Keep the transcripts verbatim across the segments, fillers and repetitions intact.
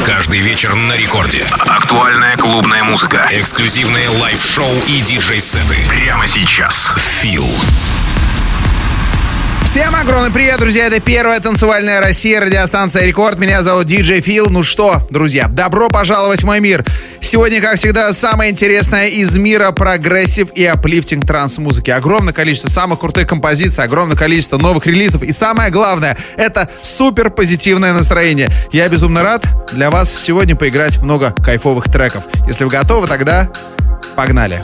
Каждый вечер на рекорде. Актуальная клубная музыка. Эксклюзивные лайв-шоу и диджей-сеты. Прямо сейчас. Фил. Всем огромный привет, друзья! Это первая танцевальная Россия, радиостанция Рекорд. Меня зовут диджей Фил. Ну что, друзья, добро пожаловать в мой мир. Сегодня, как всегда, самое интересное из мира прогрессив и аплифтинг транс-музыки. Огромное количество самых крутых композиций, огромное количество новых релизов. И самое главное, это супер позитивное настроение. Я безумно рад для вас сегодня поиграть много кайфовых треков. Если вы готовы, тогда погнали!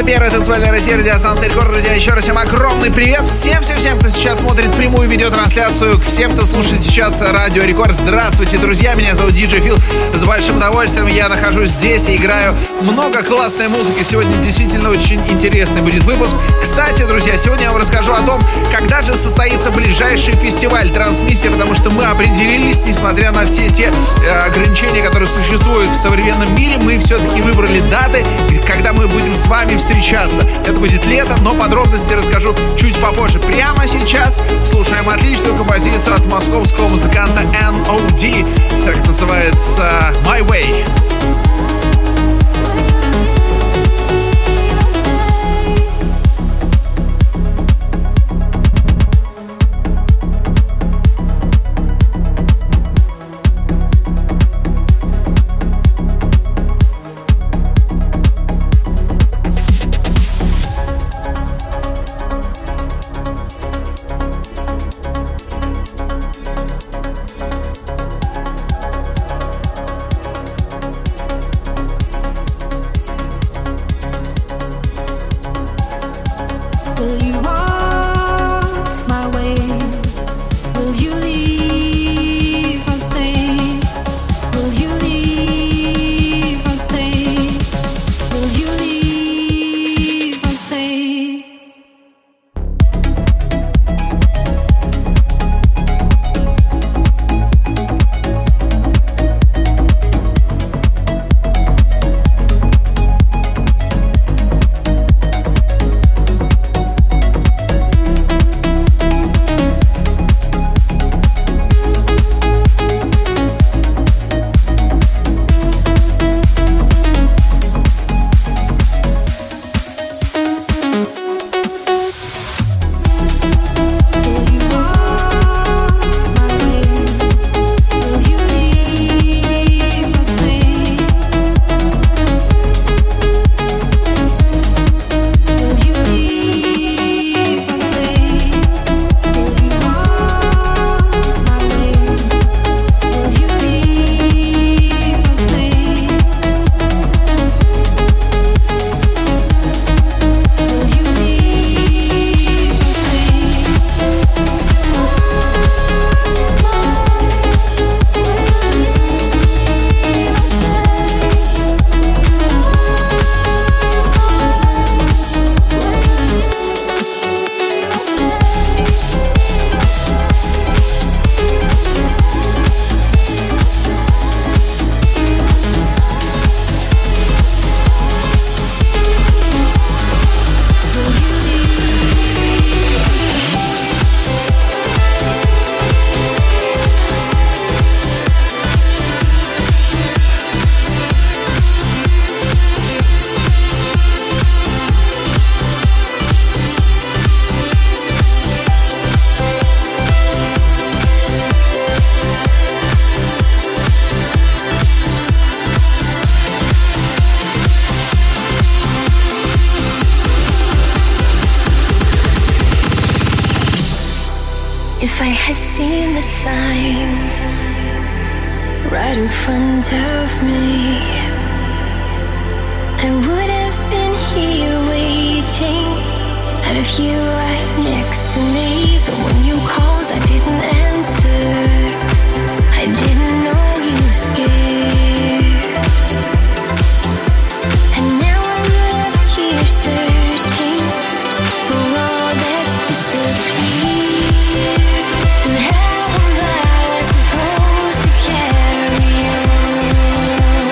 Первая танцевальная Россия, радиостанция Рекорд. Друзья, еще раз всем огромный привет. Всем-всем-всем, кто сейчас смотрит прямую видеотрансляцию, всем, кто слушает сейчас Радио Рекорд. Здравствуйте, друзья, меня зовут диджей Фил. С большим удовольствием я нахожусь здесь и играю много классной музыки. Сегодня действительно очень интересный будет выпуск. Кстати, друзья, сегодня я вам расскажу о том, когда же состоится ближайший фестиваль «Трансмиссия», потому что мы определились, несмотря на все те э, ограничения, которые существуют в современном мире, мы все-таки выбрали даты, когда мы будем с вами встречаться. Это будет лето, но подробности расскажу чуть попозже. Прямо сейчас слушаем отличную композицию от московского музыканта эн о ди. Так называется «My Way». If I had seen the signs right in front of me, I would have been here waiting, had a few right next to me. But when you called, I didn't answer. I didn't know you were scared. And now I'm left here searching for all that's disappeared. And how am I supposed to carry on?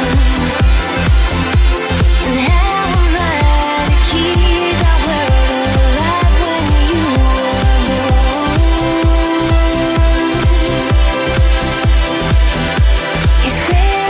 And how am I to keep our world alive when you are gone? It's where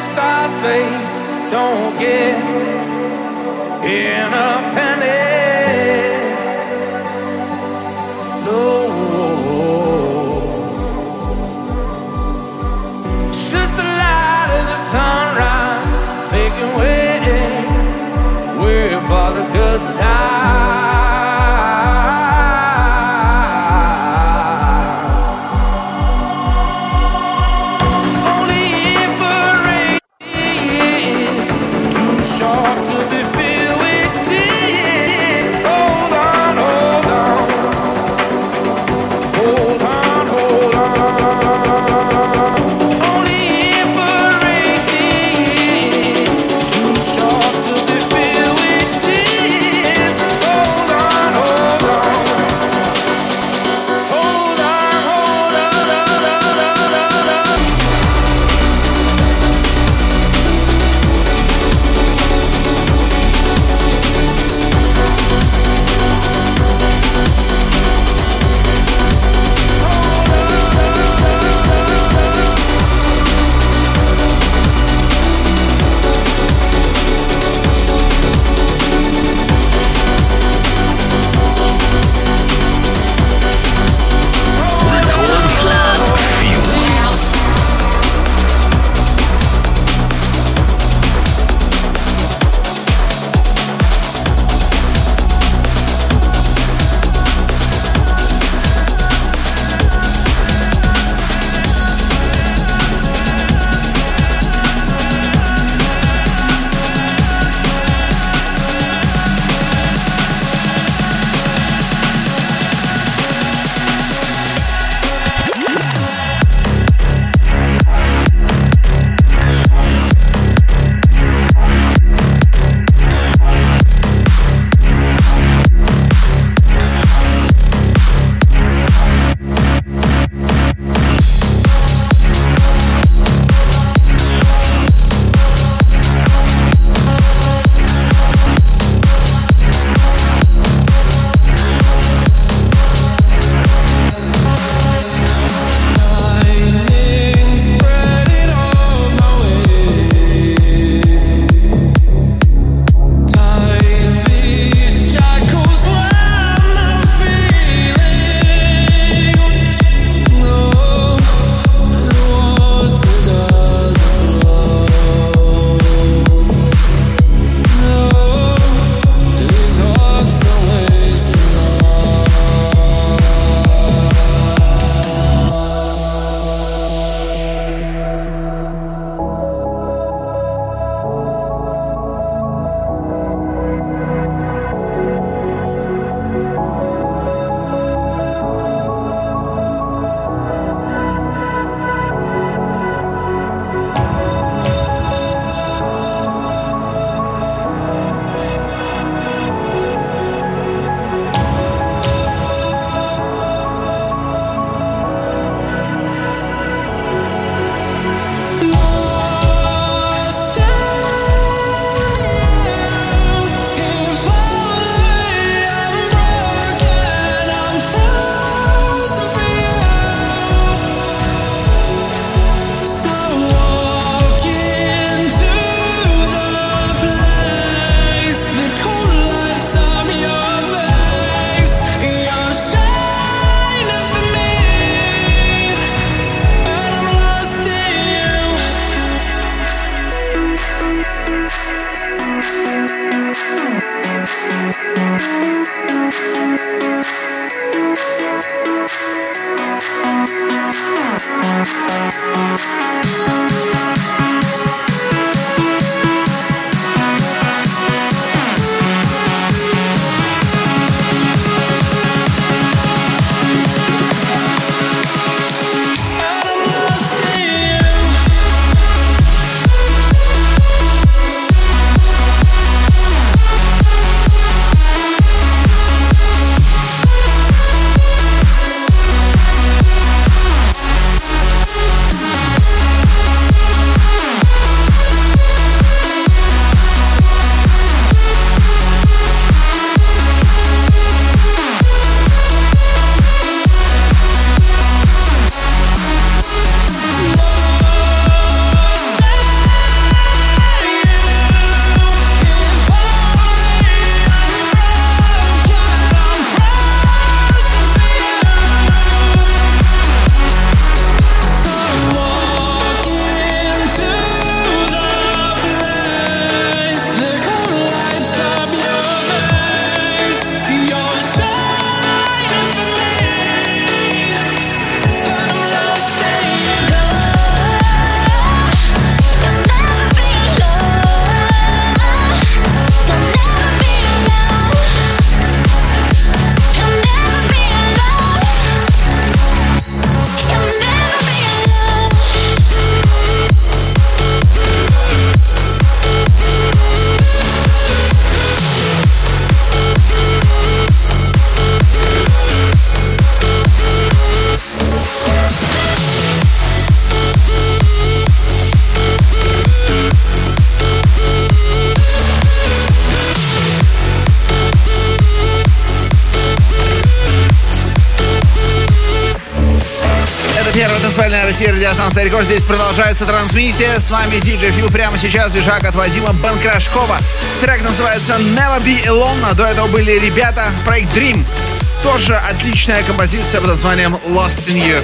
stars fade, don't get in a panic. No, it's just the light of the sunrise making way, way for the good times. Short to be filled with tears. Танцевальная Россия, радиостанция Рекорд. Здесь продолжается трансмиссия. С вами диджей Фил. Прямо сейчас свежак от Вадима Банкрашкова. Трек называется Never Be Alone. До этого были ребята, проект Dream. Тоже отличная композиция под названием Lost in You.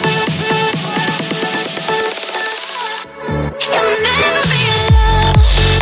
You'll never be alone.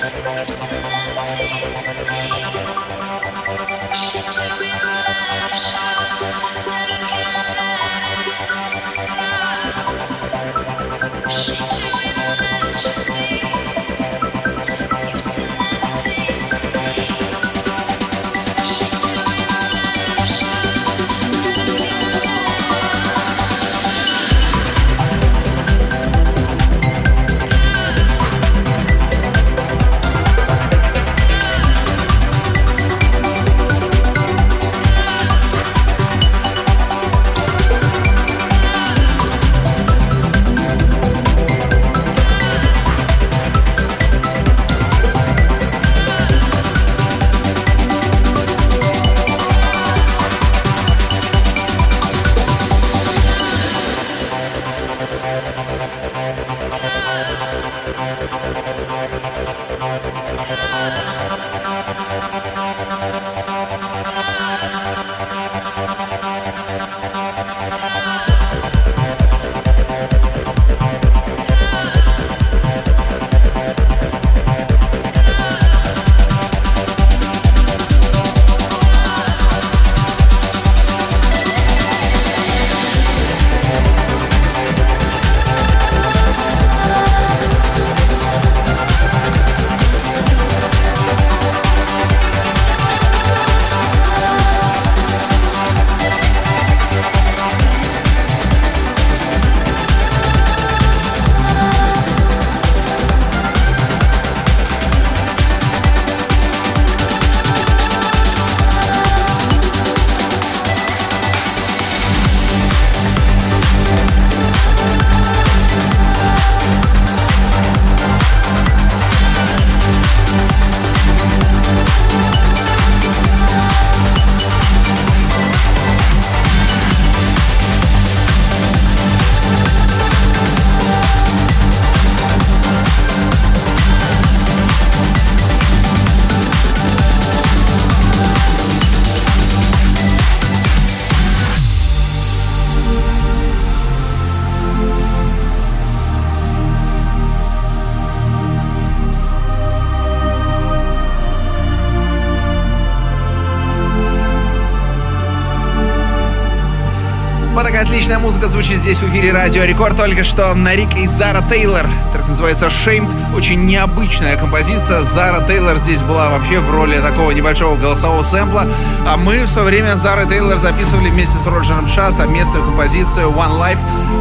Отличная музыка звучит здесь в эфире Радио Рекорд. Только что Нарик и Зара Тейлор. Трек называется Shamed. Очень необычная композиция. Зара Тейлор здесь была вообще в роли такого небольшого голосового сэмпла. А мы в свое время с Зарой Тейлор записывали вместе с Роджером Ша совместную композицию One Life.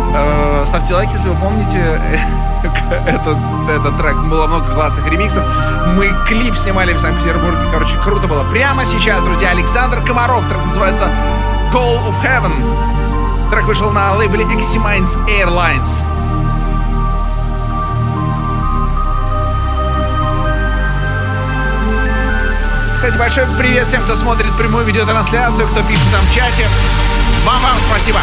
Э, ставьте лайк, если вы помните этот, этот трек. Было много классных ремиксов. Мы клип снимали в Санкт-Петербурге. Короче, круто было. Прямо сейчас, друзья, Александр Комаров. Трек называется Call of Heaven. Трек вышел на лейбле Eximines Airlines. Кстати, большой привет всем, кто смотрит прямую видеотрансляцию, кто пишет там в чате. Вам-вам спасибо.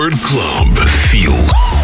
Record Club. Feel.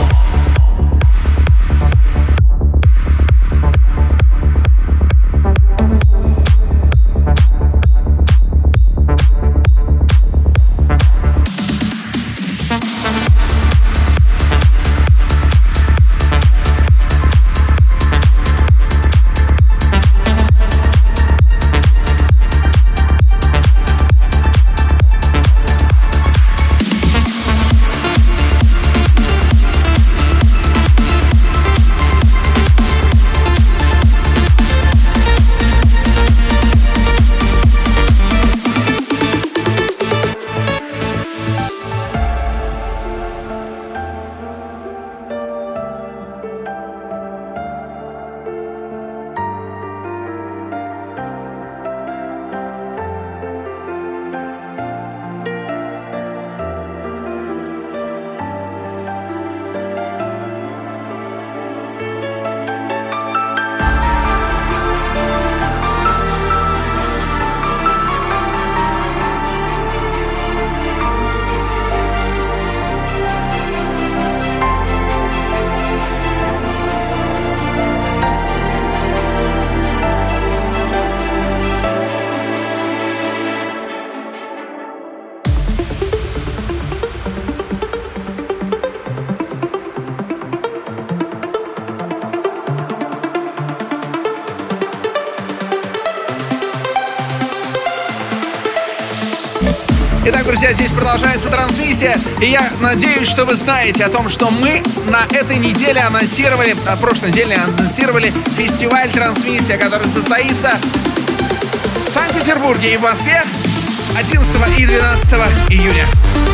Итак, друзья, здесь продолжается трансмиссия, и я надеюсь, что вы знаете о том, что мы на этой неделе анонсировали, на прошлой неделе анонсировали фестиваль трансмиссия, который состоится в Санкт-Петербурге и в Москве одиннадцатого и двенадцатого июня.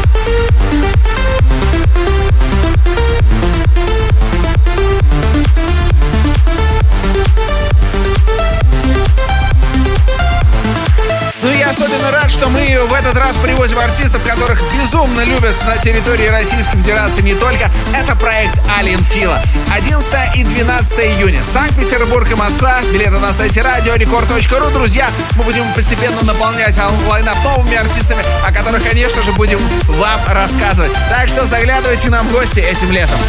Особенно рад, что мы в этот раз привозим артистов, которых безумно любят на территории Российской Федерации не только. Это проект Alien Fila. одиннадцатого и двенадцатого июня. Санкт-Петербург и Москва. Билеты на сайте радио рекорд точка ру. Друзья, мы будем постепенно наполнять лайнап новыми артистами, о которых, конечно же, будем вам рассказывать. Так что заглядывайте к нам в гости этим летом.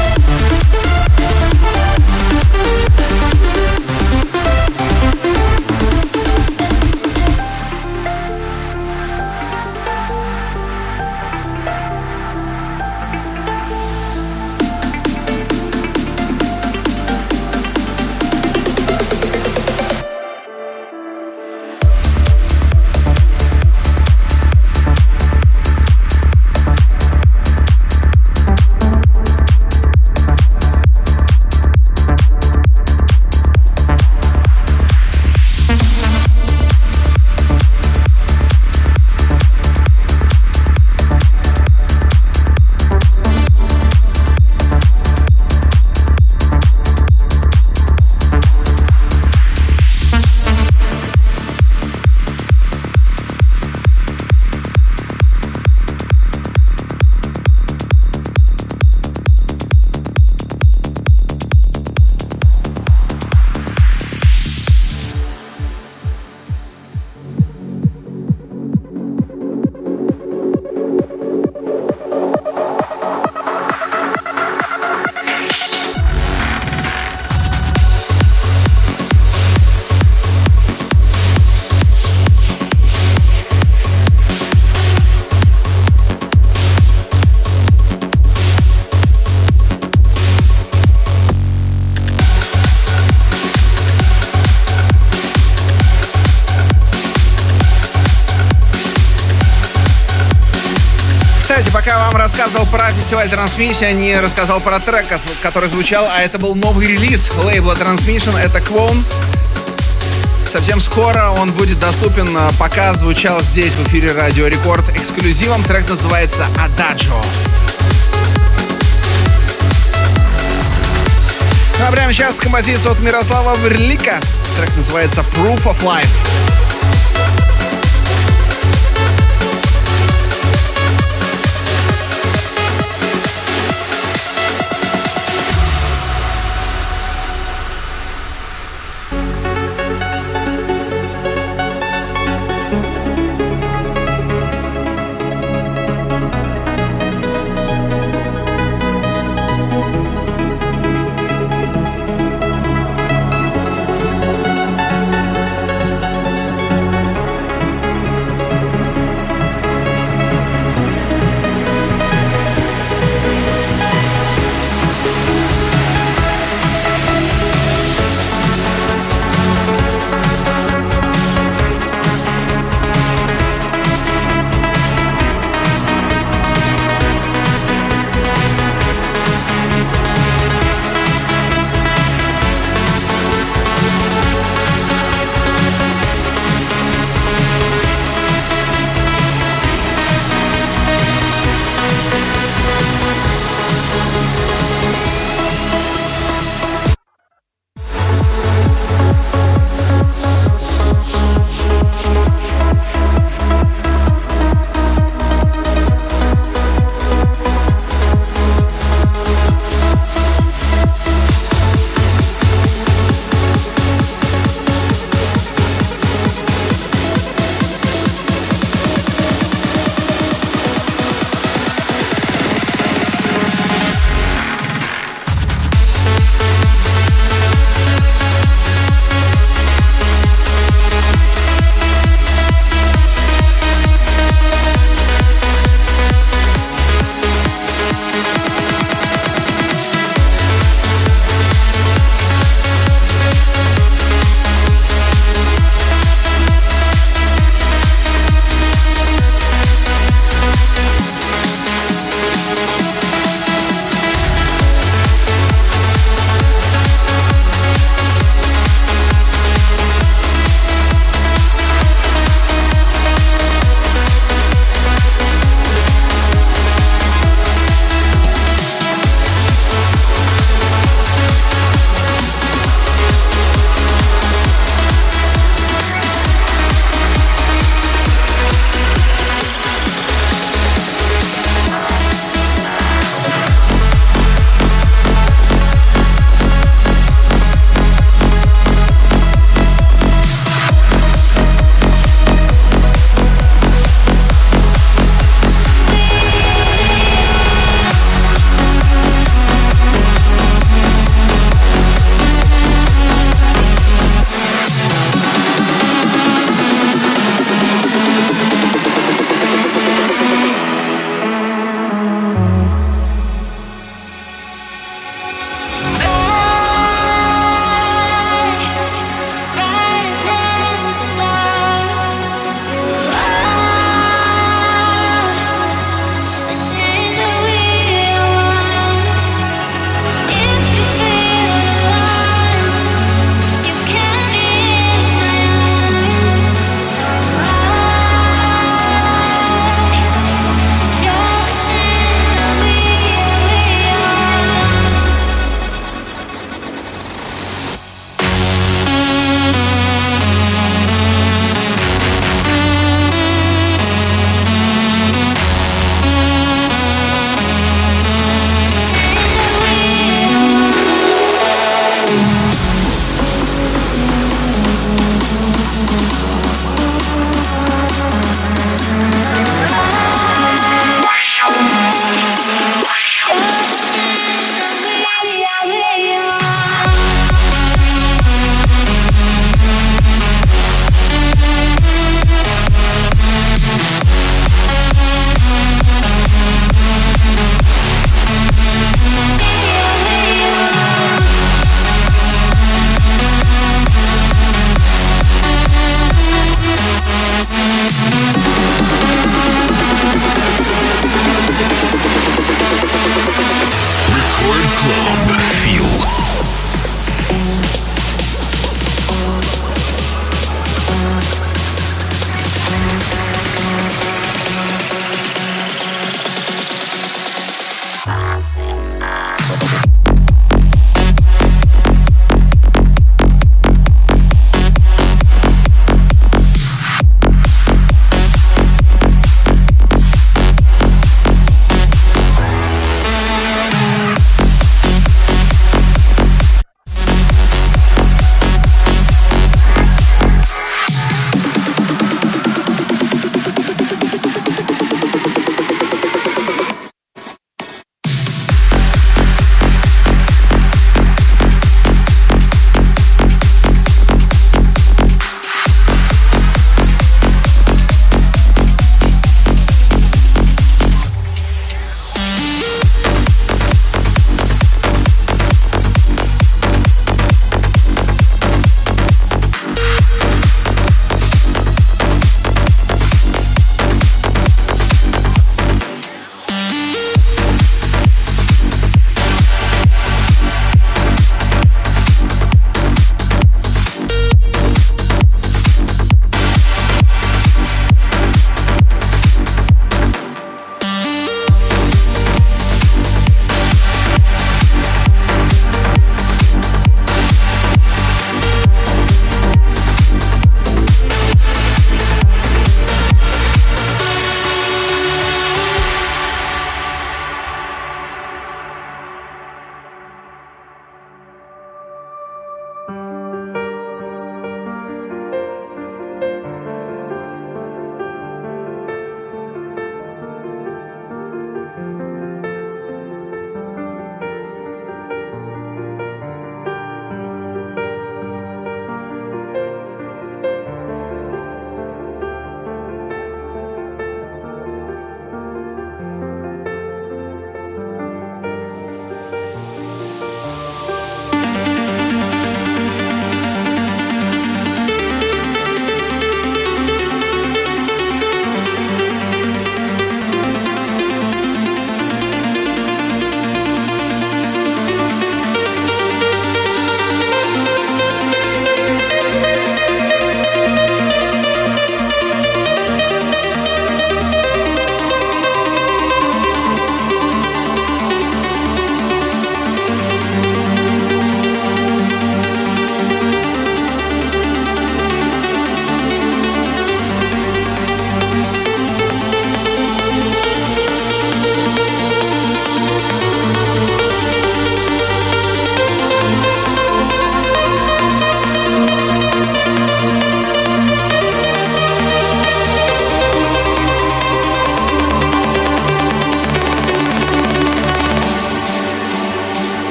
Пока вам рассказывал про фестиваль Transmission, не рассказал про трек, который звучал, а это был новый релиз лейбла Transmission, это Clone. Совсем скоро он будет доступен, пока звучал здесь в эфире Радио Рекорд эксклюзивом. Трек называется Adagio. Ну а прямо сейчас композиция от Мирослава Верлика. Трек называется Proof of Life. Club Feel.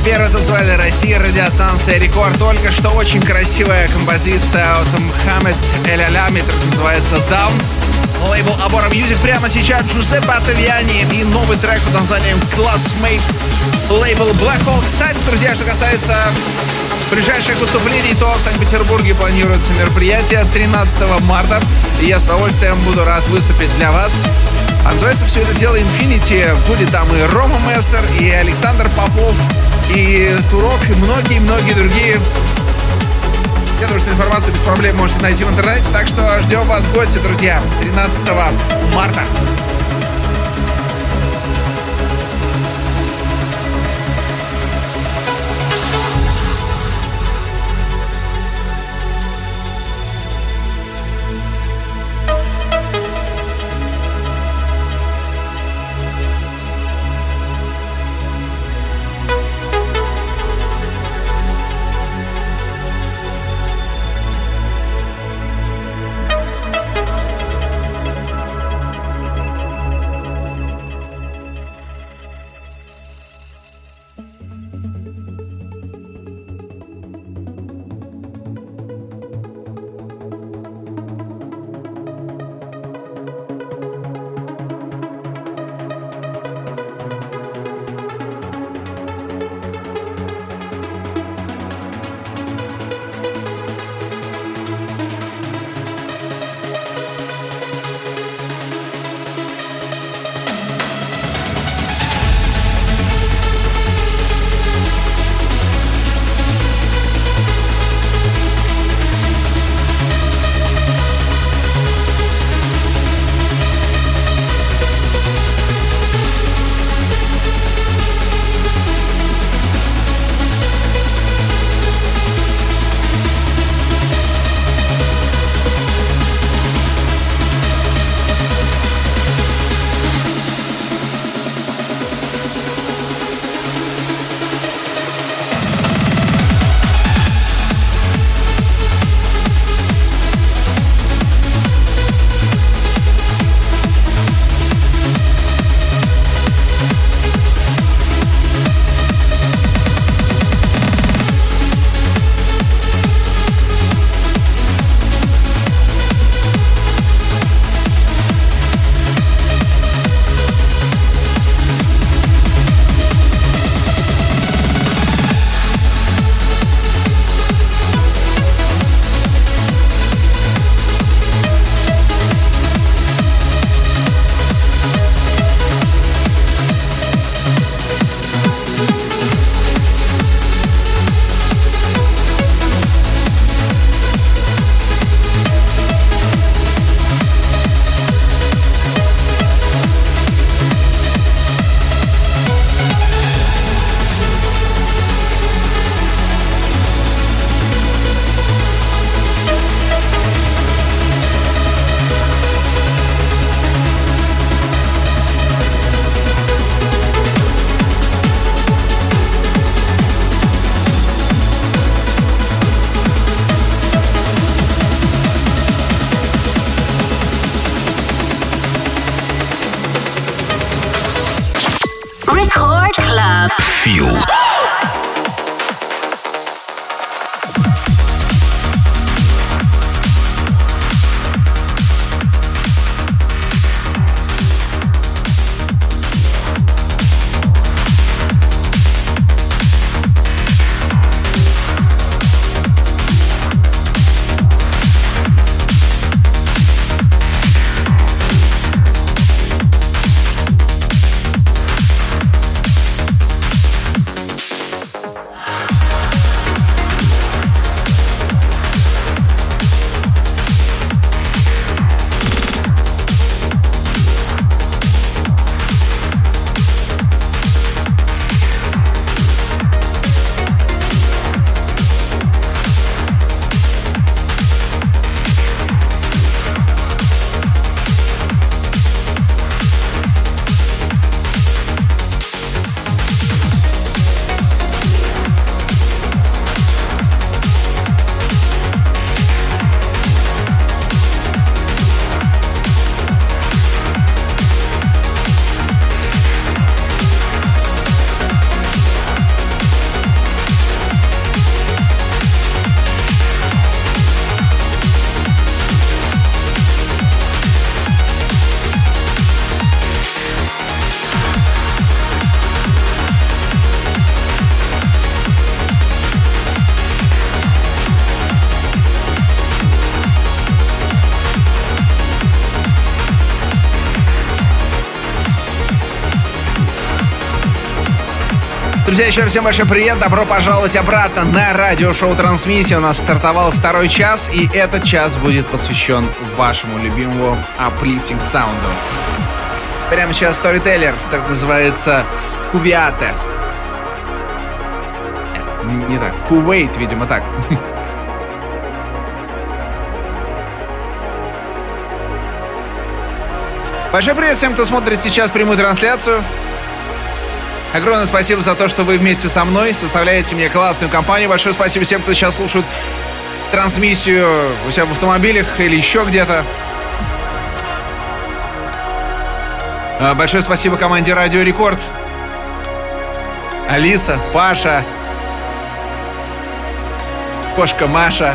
Первая танцевальная Россия, радиостанция Рекорд. Только что очень красивая композиция от Мухаммед Эль-Алями, называется Down. Лейбл Abora Music. Прямо сейчас Джузеппе Оттавиани и новый трек под названием Classmate. Лейбл Black Hole. Кстати, друзья, что касается ближайших выступлений, то в Санкт-Петербурге планируется мероприятие тринадцатого марта. И я с удовольствием буду рад выступить для вас. А называется все это дело Infinity. Будет там и Рома Мессер, и Александр Попов, и Турок, и многие-многие другие. Я думаю, что информацию без проблем можете найти в интернете. Так что ждем вас в гости, друзья, тринадцатого марта. Feel. Друзья, еще раз всем большой привет. Добро пожаловать обратно на радиошоу «Трансмиссия». У нас стартовал второй час, и этот час будет посвящен вашему любимому uplifting саунду. Прямо сейчас Storyteller, так называется Кувиате. Не так, Кувейт, видимо, так. Большой привет всем, кто смотрит сейчас прямую трансляцию. Огромное спасибо за то, что вы вместе со мной составляете мне классную компанию. Большое спасибо всем, кто сейчас слушает трансмиссию у себя в автомобилях или еще где-то. Большое спасибо команде Радио Рекорд. Алиса, Паша, кошка Маша.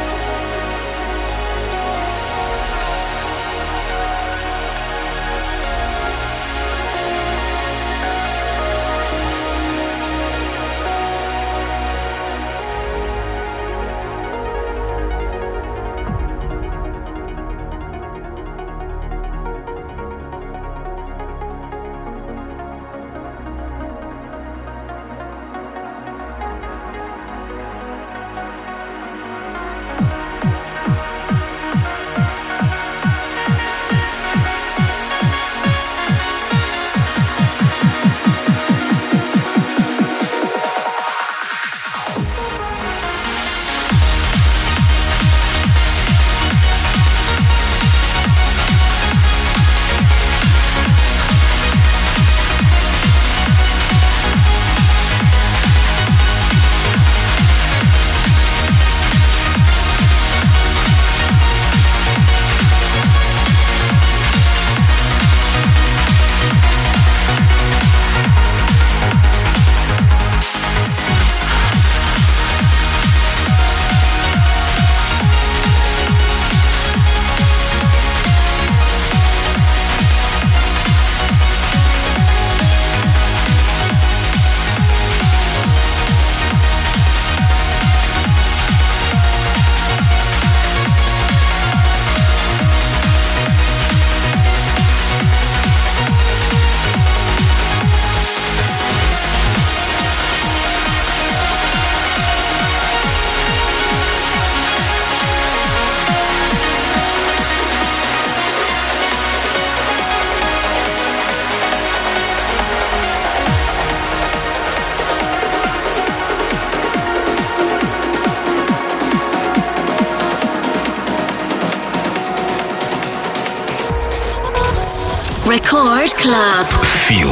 Record Club. Feel.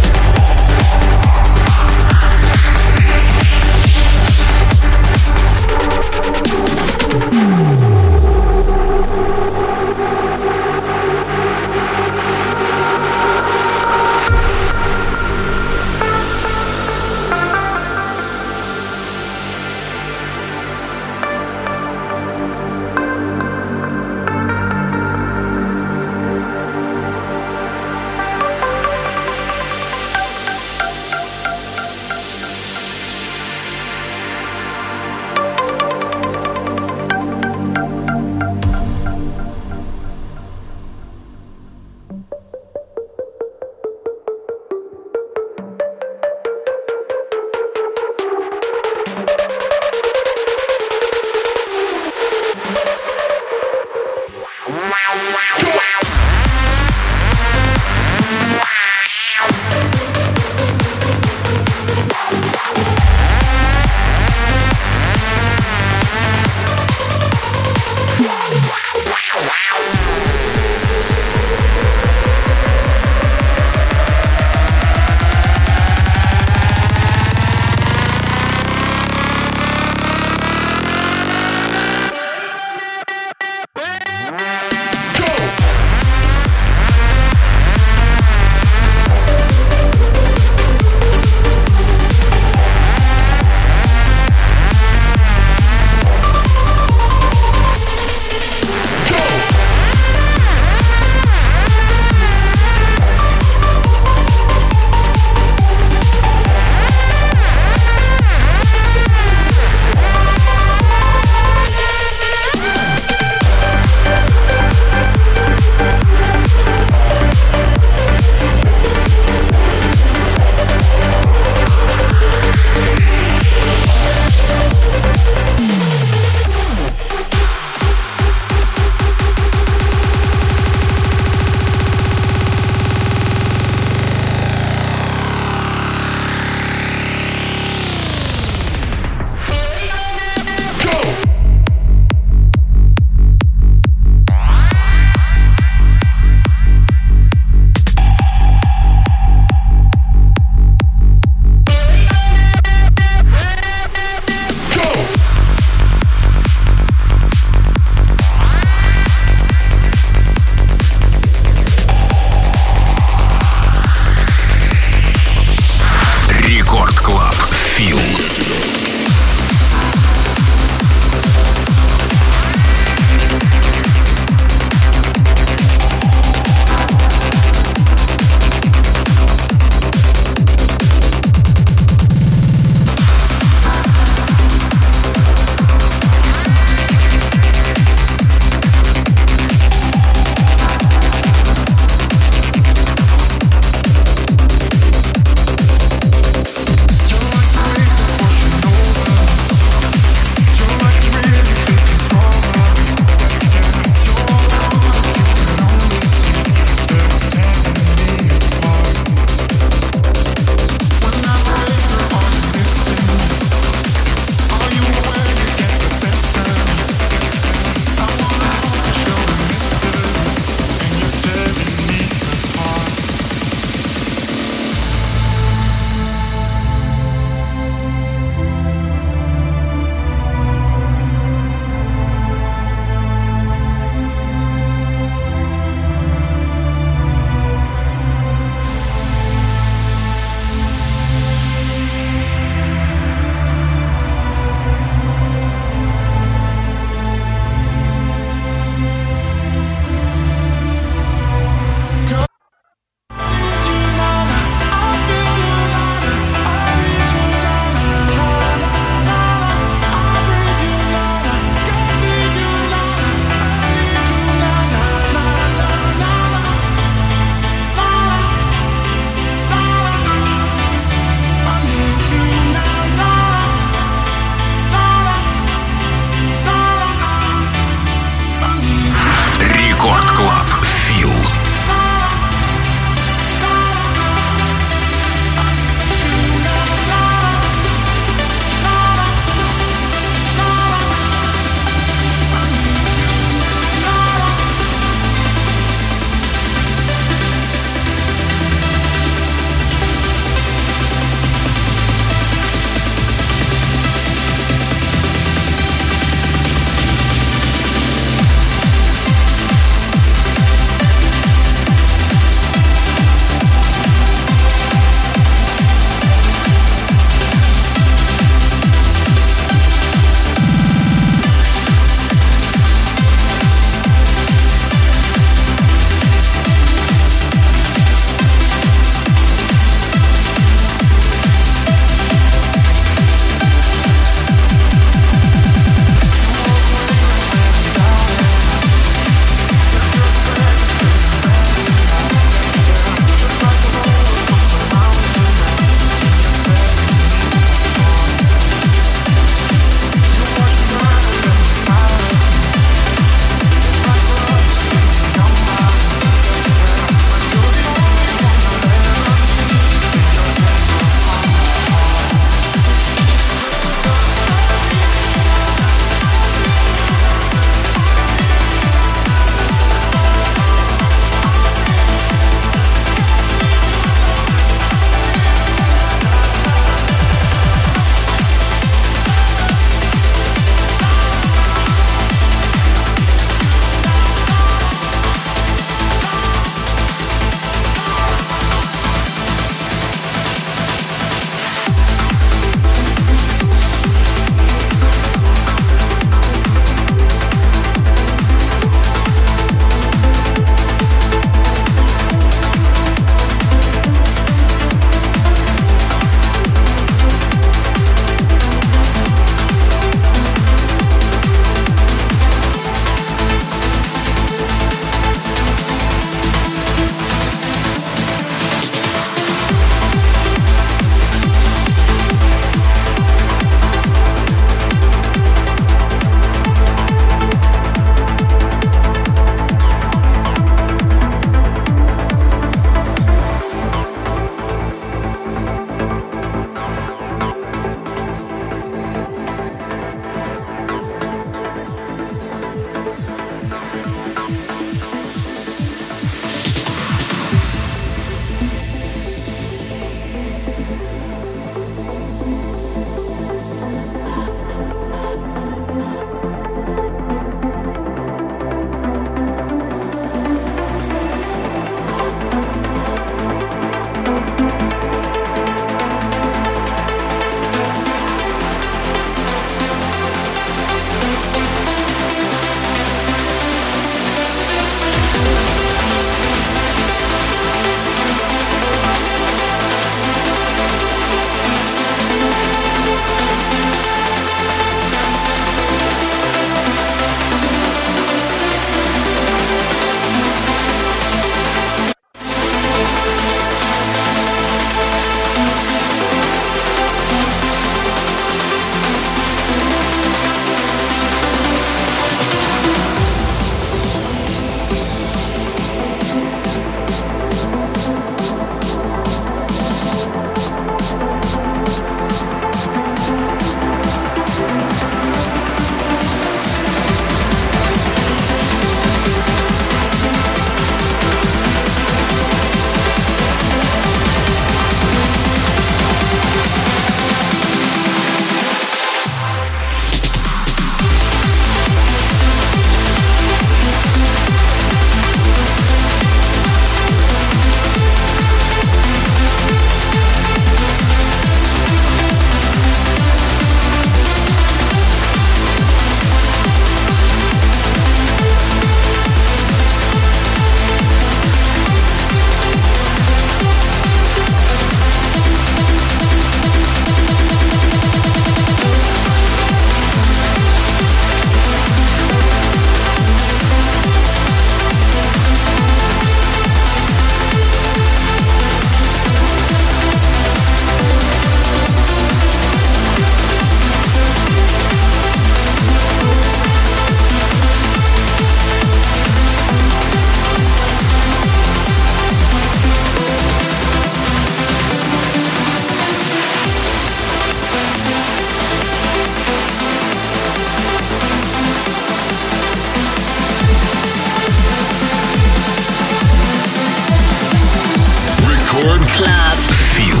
Club. Feel.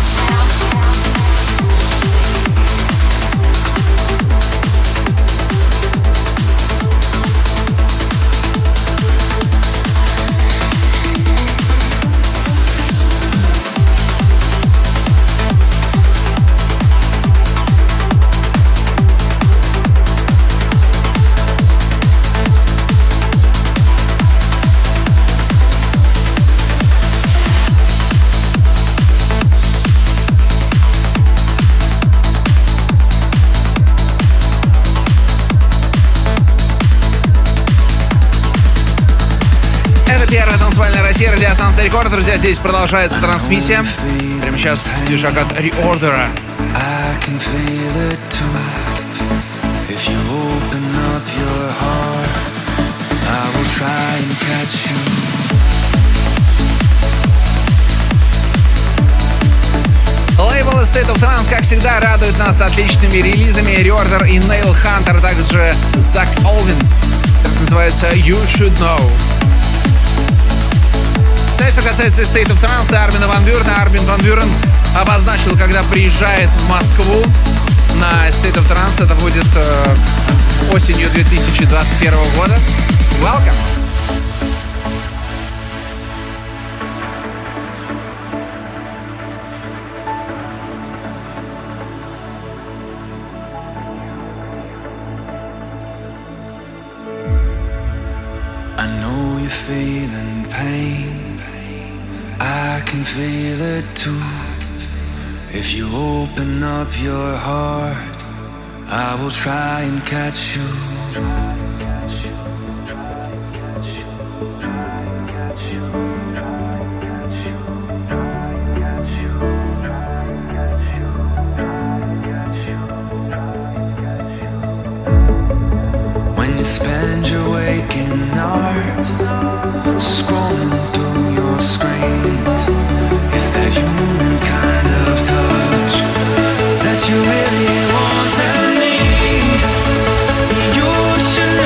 Первая танцевальная Россия, радиостанция Рекорд. Друзья, здесь продолжается трансмиссия. Прямо сейчас свежак от Reorder. Лейбл State of Trance, как всегда, радует нас отличными релизами. Reorder и Nail Hunter, также Зак Олвин. Так называется You Should Know. Знаешь, что касается State of Trance и Армина Ван Бюрена, Армин Ван Бюрен обозначил, когда приезжает в Москву на State of Trance, это будет э, осенью две тысячи двадцать первого года. Welcome! Feeling pain, I can feel it too. If you open up your heart, I will try and catch you. When you spend your waking hours scrolling through your screens, it's that human kind of touch that you really want and need. You should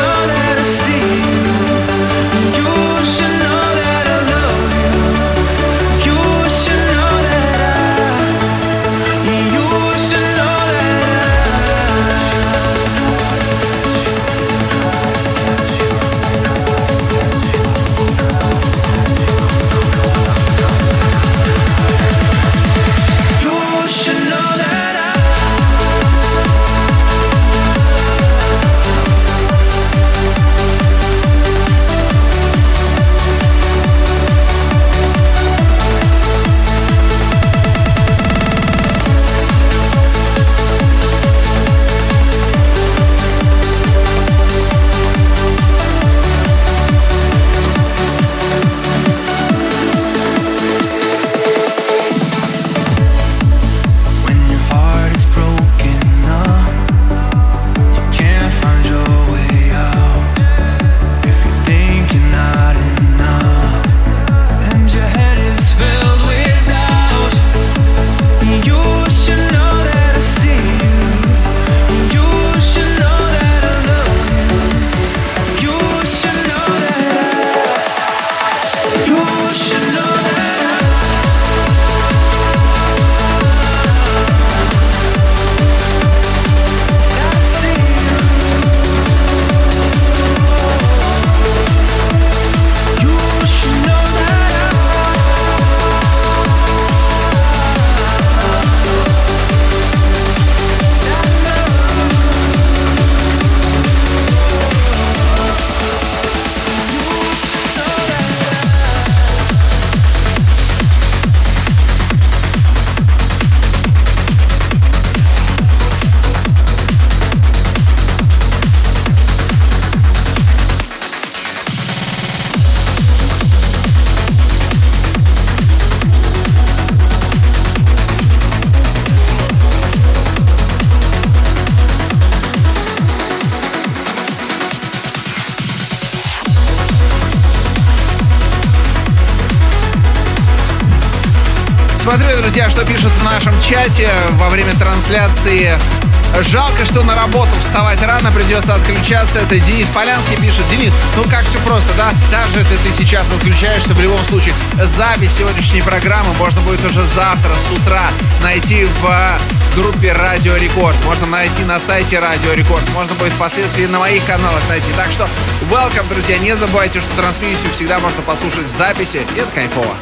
друзья, что пишут в нашем чате во время трансляции. Жалко, что на работу вставать рано, придется отключаться. Это Денис Полянский пишет. Денис, ну как все просто, да? Даже если ты сейчас отключаешься, в любом случае запись сегодняшней программы можно будет уже завтра с утра найти в группе Радио Рекорд. Можно найти на сайте Радио Рекорд. Можно будет впоследствии на моих каналах найти. Так что welcome, друзья. Не забывайте, что трансмиссию всегда можно послушать в записи. И это кайфово.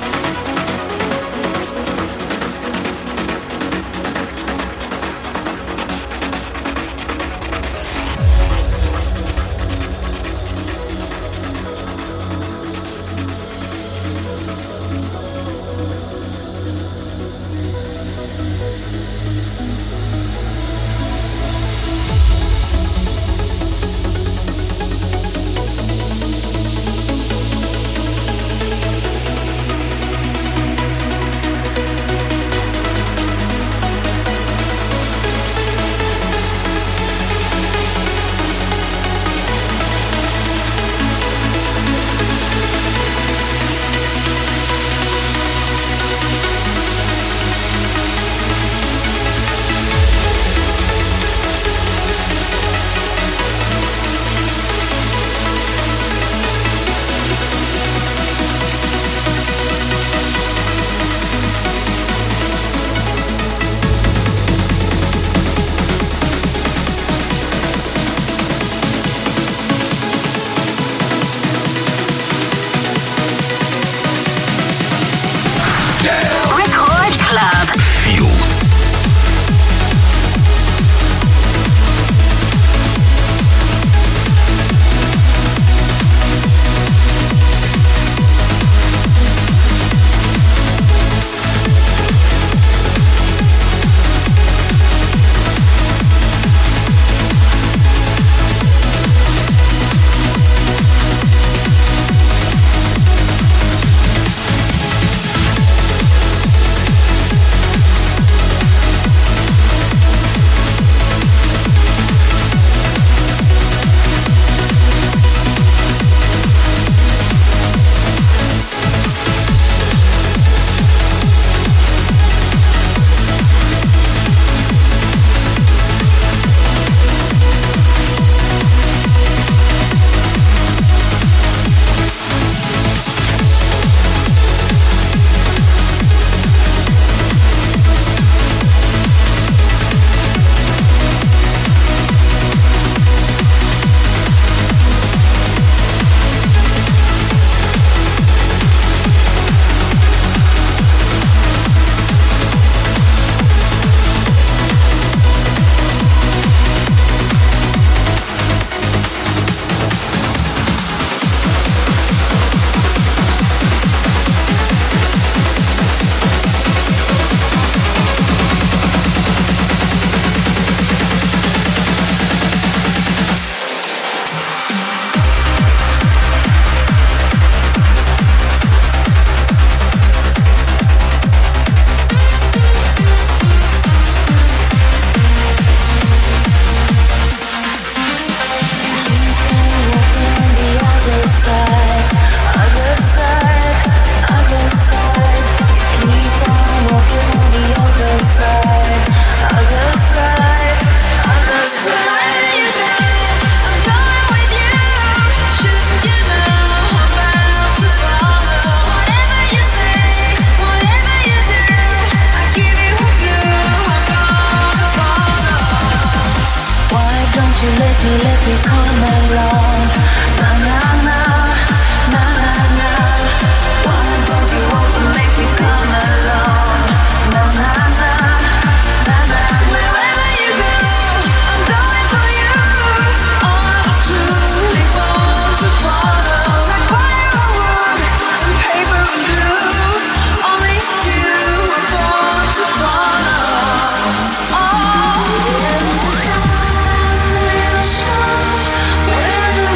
Where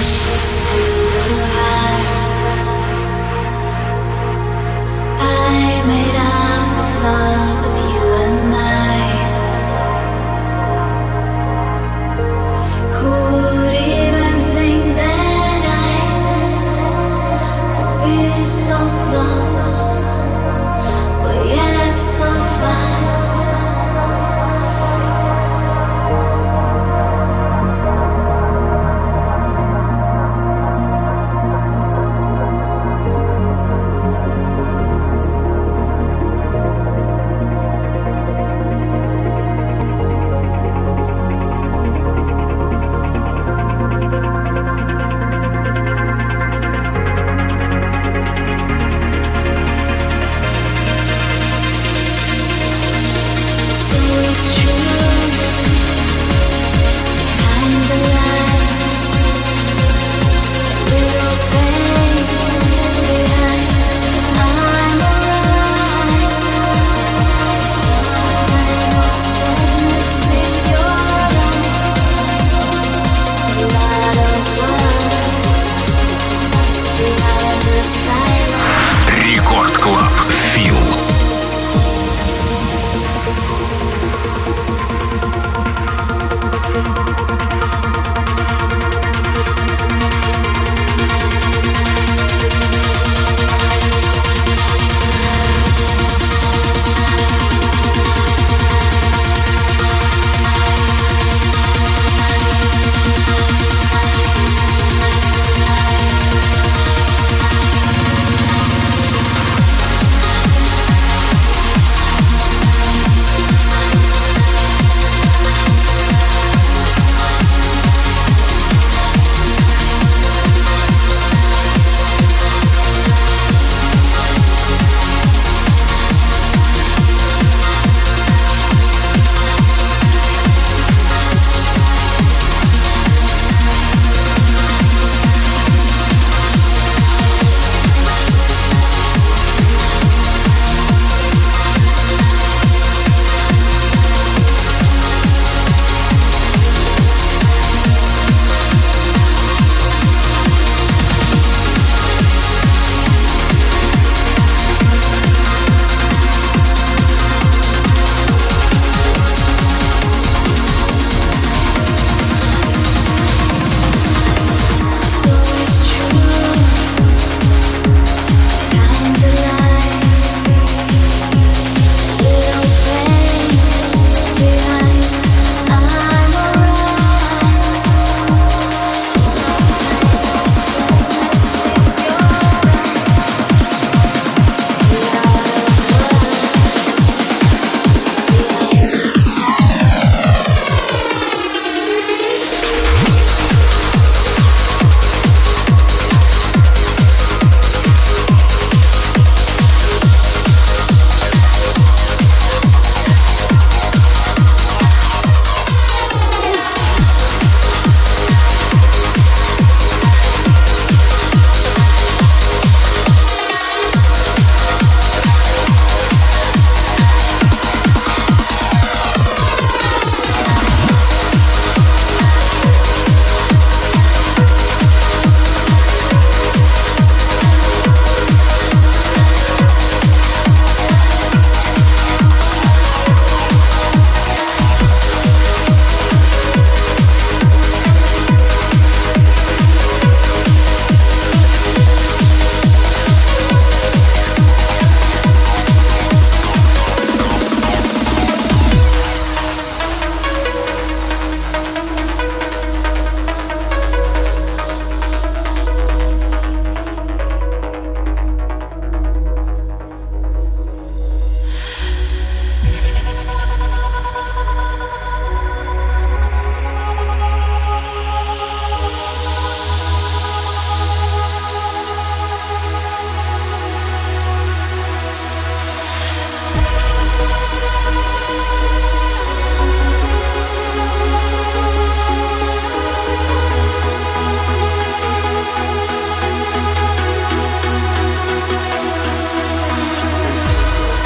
Thank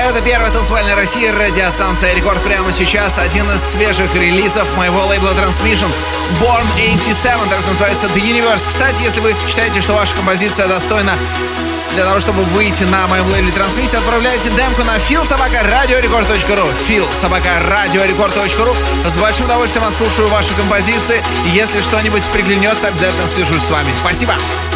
Это первая танцевальная Россия, радиостанция Рекорд. Прямо сейчас один из свежих релизов моего лейбла Transmission, Born восемьдесят семь, так называется The Universe. Кстати, если вы считаете, что ваша композиция достойна для того, чтобы выйти на моем лейбле Transmission, отправляйте демку на фил собака радиорекорд точка ру. фил собака радиорекорд точка ру. С большим удовольствием отслушаю ваши композиции. Если что-нибудь приглянется, обязательно свяжусь с вами. Спасибо.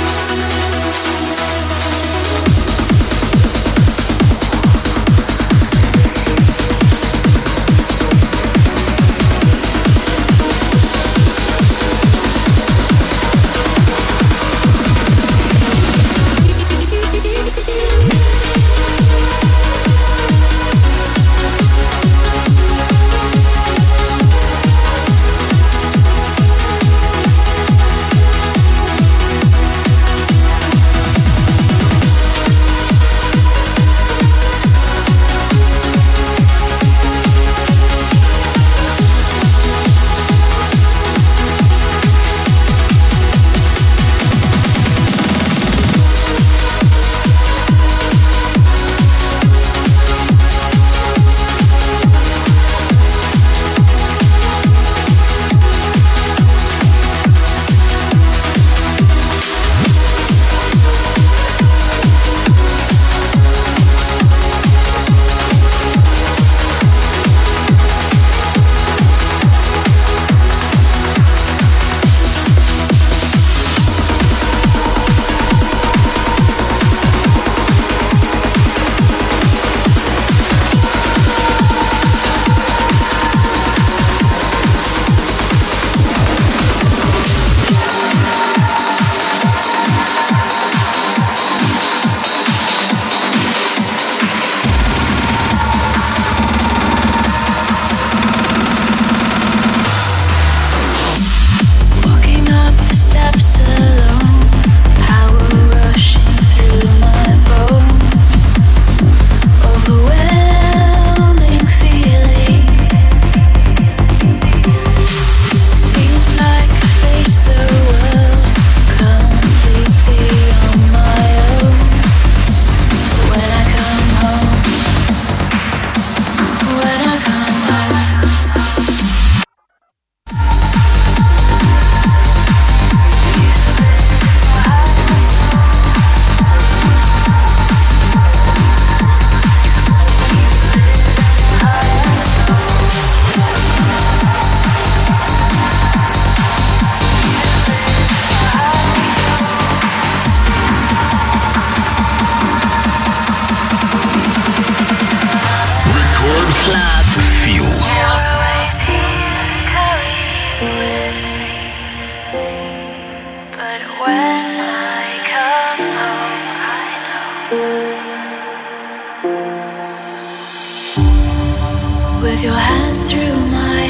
With your hands through my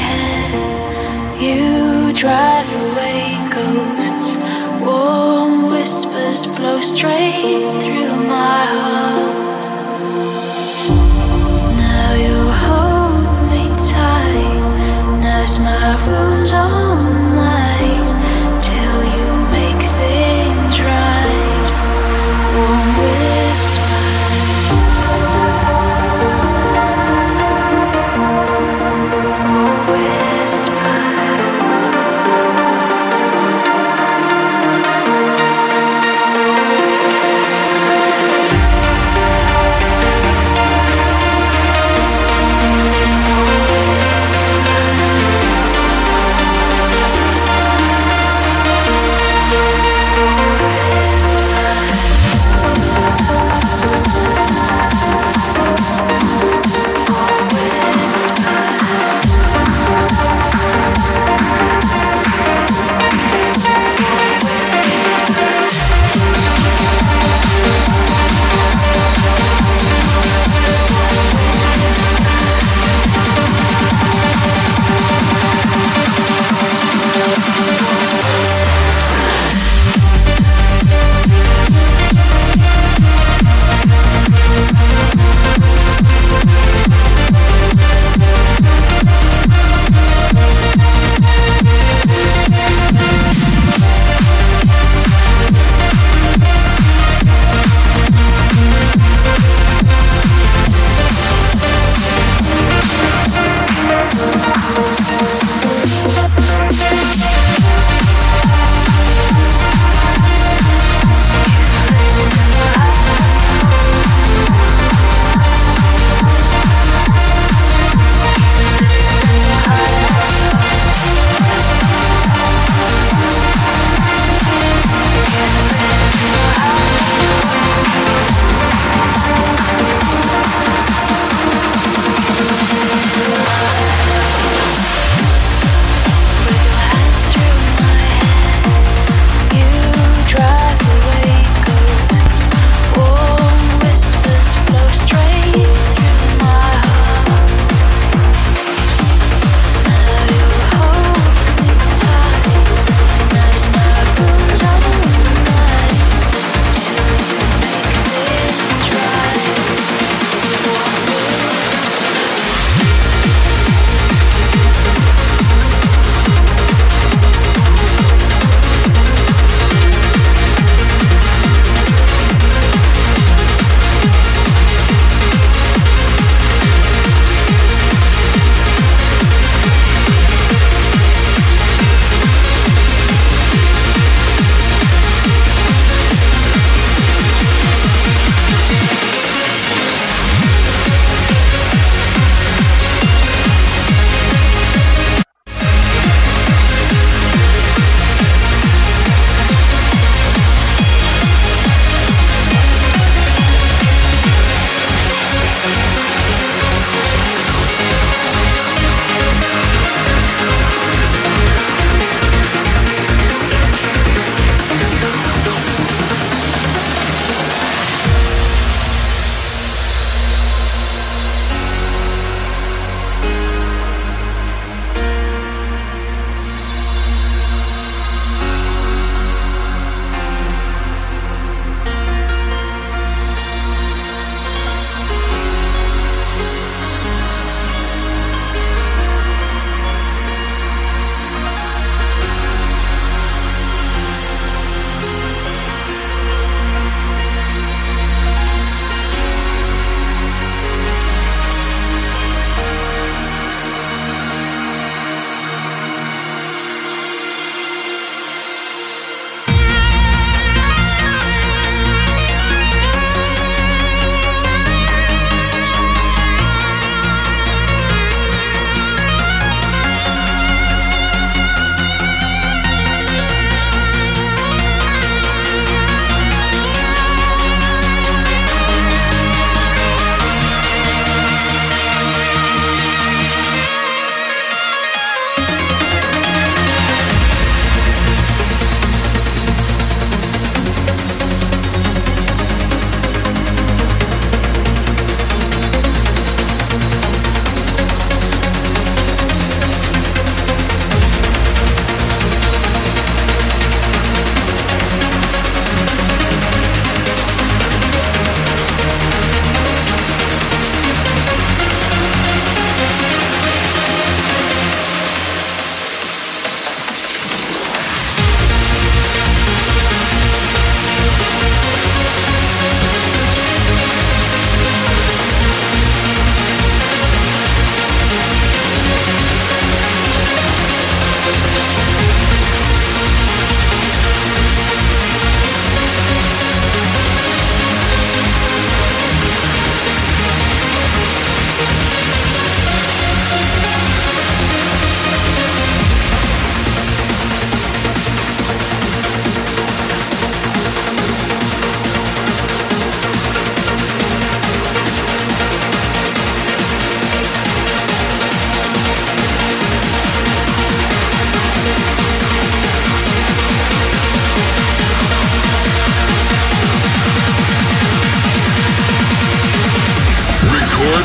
head, you drive away ghosts. Warm whispers blow straight through my heart. Now you hold me tight, nurse my wounds all night, till you make things right. Warm whispers. We'll be right back.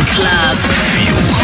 Club. Feel.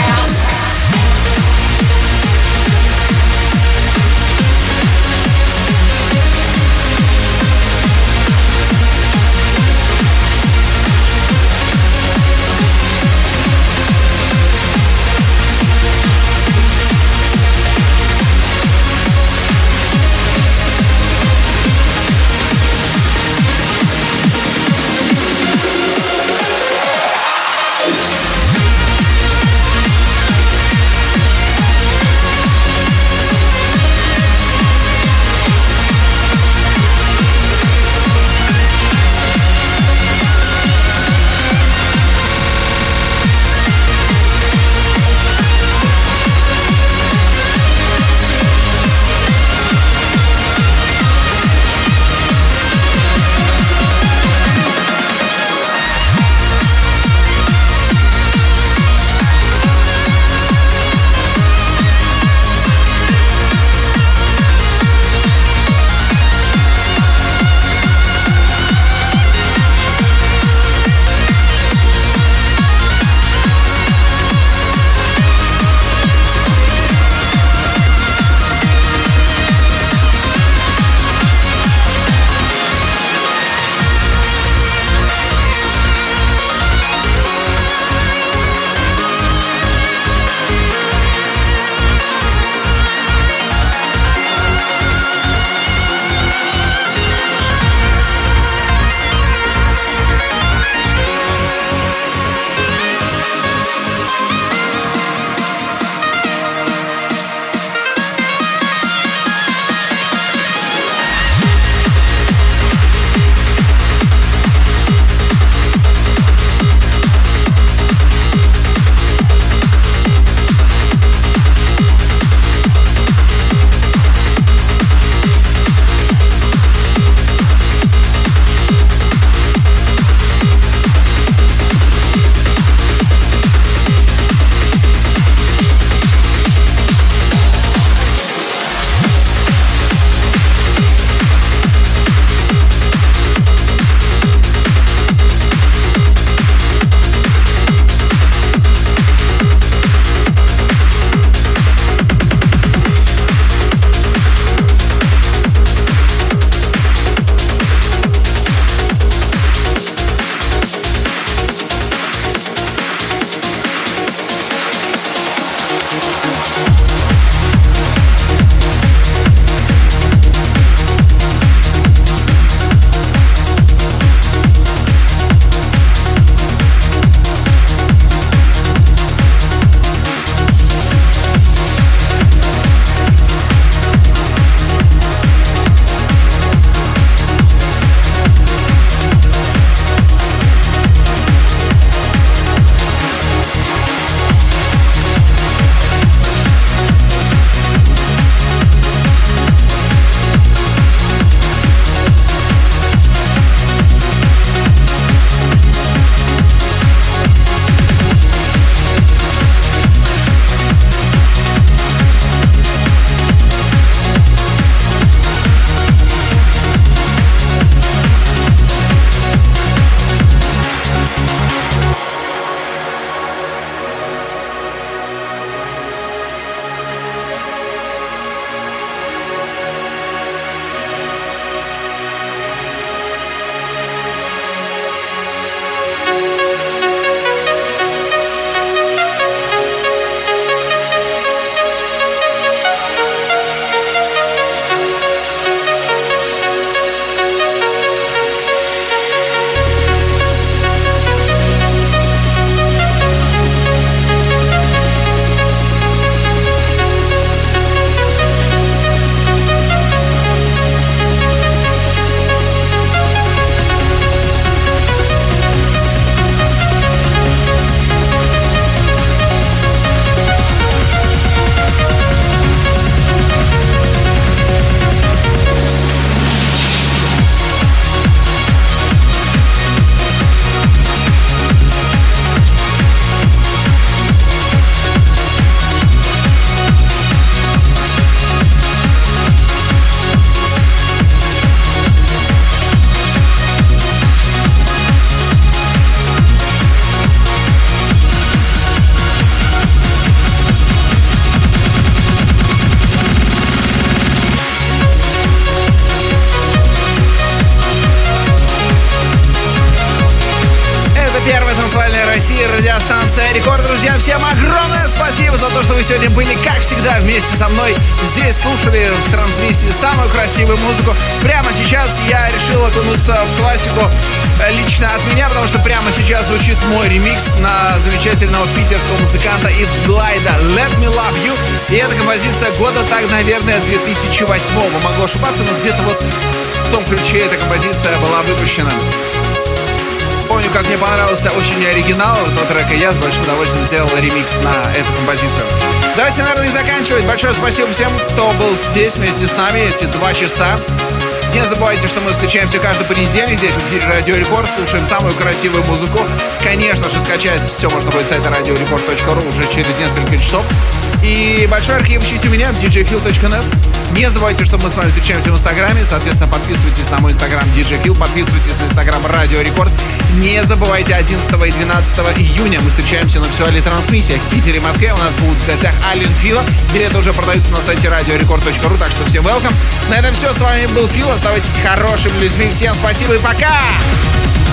радиостанция Рекорд. Друзья, всем огромное спасибо за то, что вы сегодня были, как всегда, вместе со мной. Здесь слушали в трансмиссии самую красивую музыку. Прямо сейчас я решил окунуться в классику лично от меня, потому что прямо сейчас звучит мой ремикс на замечательного питерского музыканта Ит Глайда «Let Me Love You». И эта композиция года, так, наверное, две тысячи восьмого. Могу ошибаться, но где-то вот в том ключе эта композиция была выпущена. Помню, как мне понравился очень оригинал этого трека, я с большим удовольствием сделал ремикс на эту композицию. Давайте, наверное, и заканчивать. Большое спасибо всем, кто был здесь вместе с нами эти два часа. Не забывайте, что мы встречаемся каждый понедельник здесь в эфире Радио Рекорд, слушаем самую красивую музыку. Конечно же, скачать все можно будет с сайта радио рекорд точка ру уже через несколько часов. И большой архив ищите меня в ди джей фил точка нет. Не забывайте, что мы с вами встречаемся в Инстаграме. Соответственно, подписывайтесь на мой Инстаграм ди джей фил, подписывайтесь на Инстаграм Радио Рекорд. Не забывайте, одиннадцатого и двенадцатого июня мы встречаемся на фестивале трансмиссия в Питере и Москве. У нас будут в гостях Ален Фила. Билеты уже продаются на сайте радио рекорд точка ру, так что всем welcome. На этом все. С вами был Фил. Оставайтесь хорошими людьми. Всем спасибо и пока!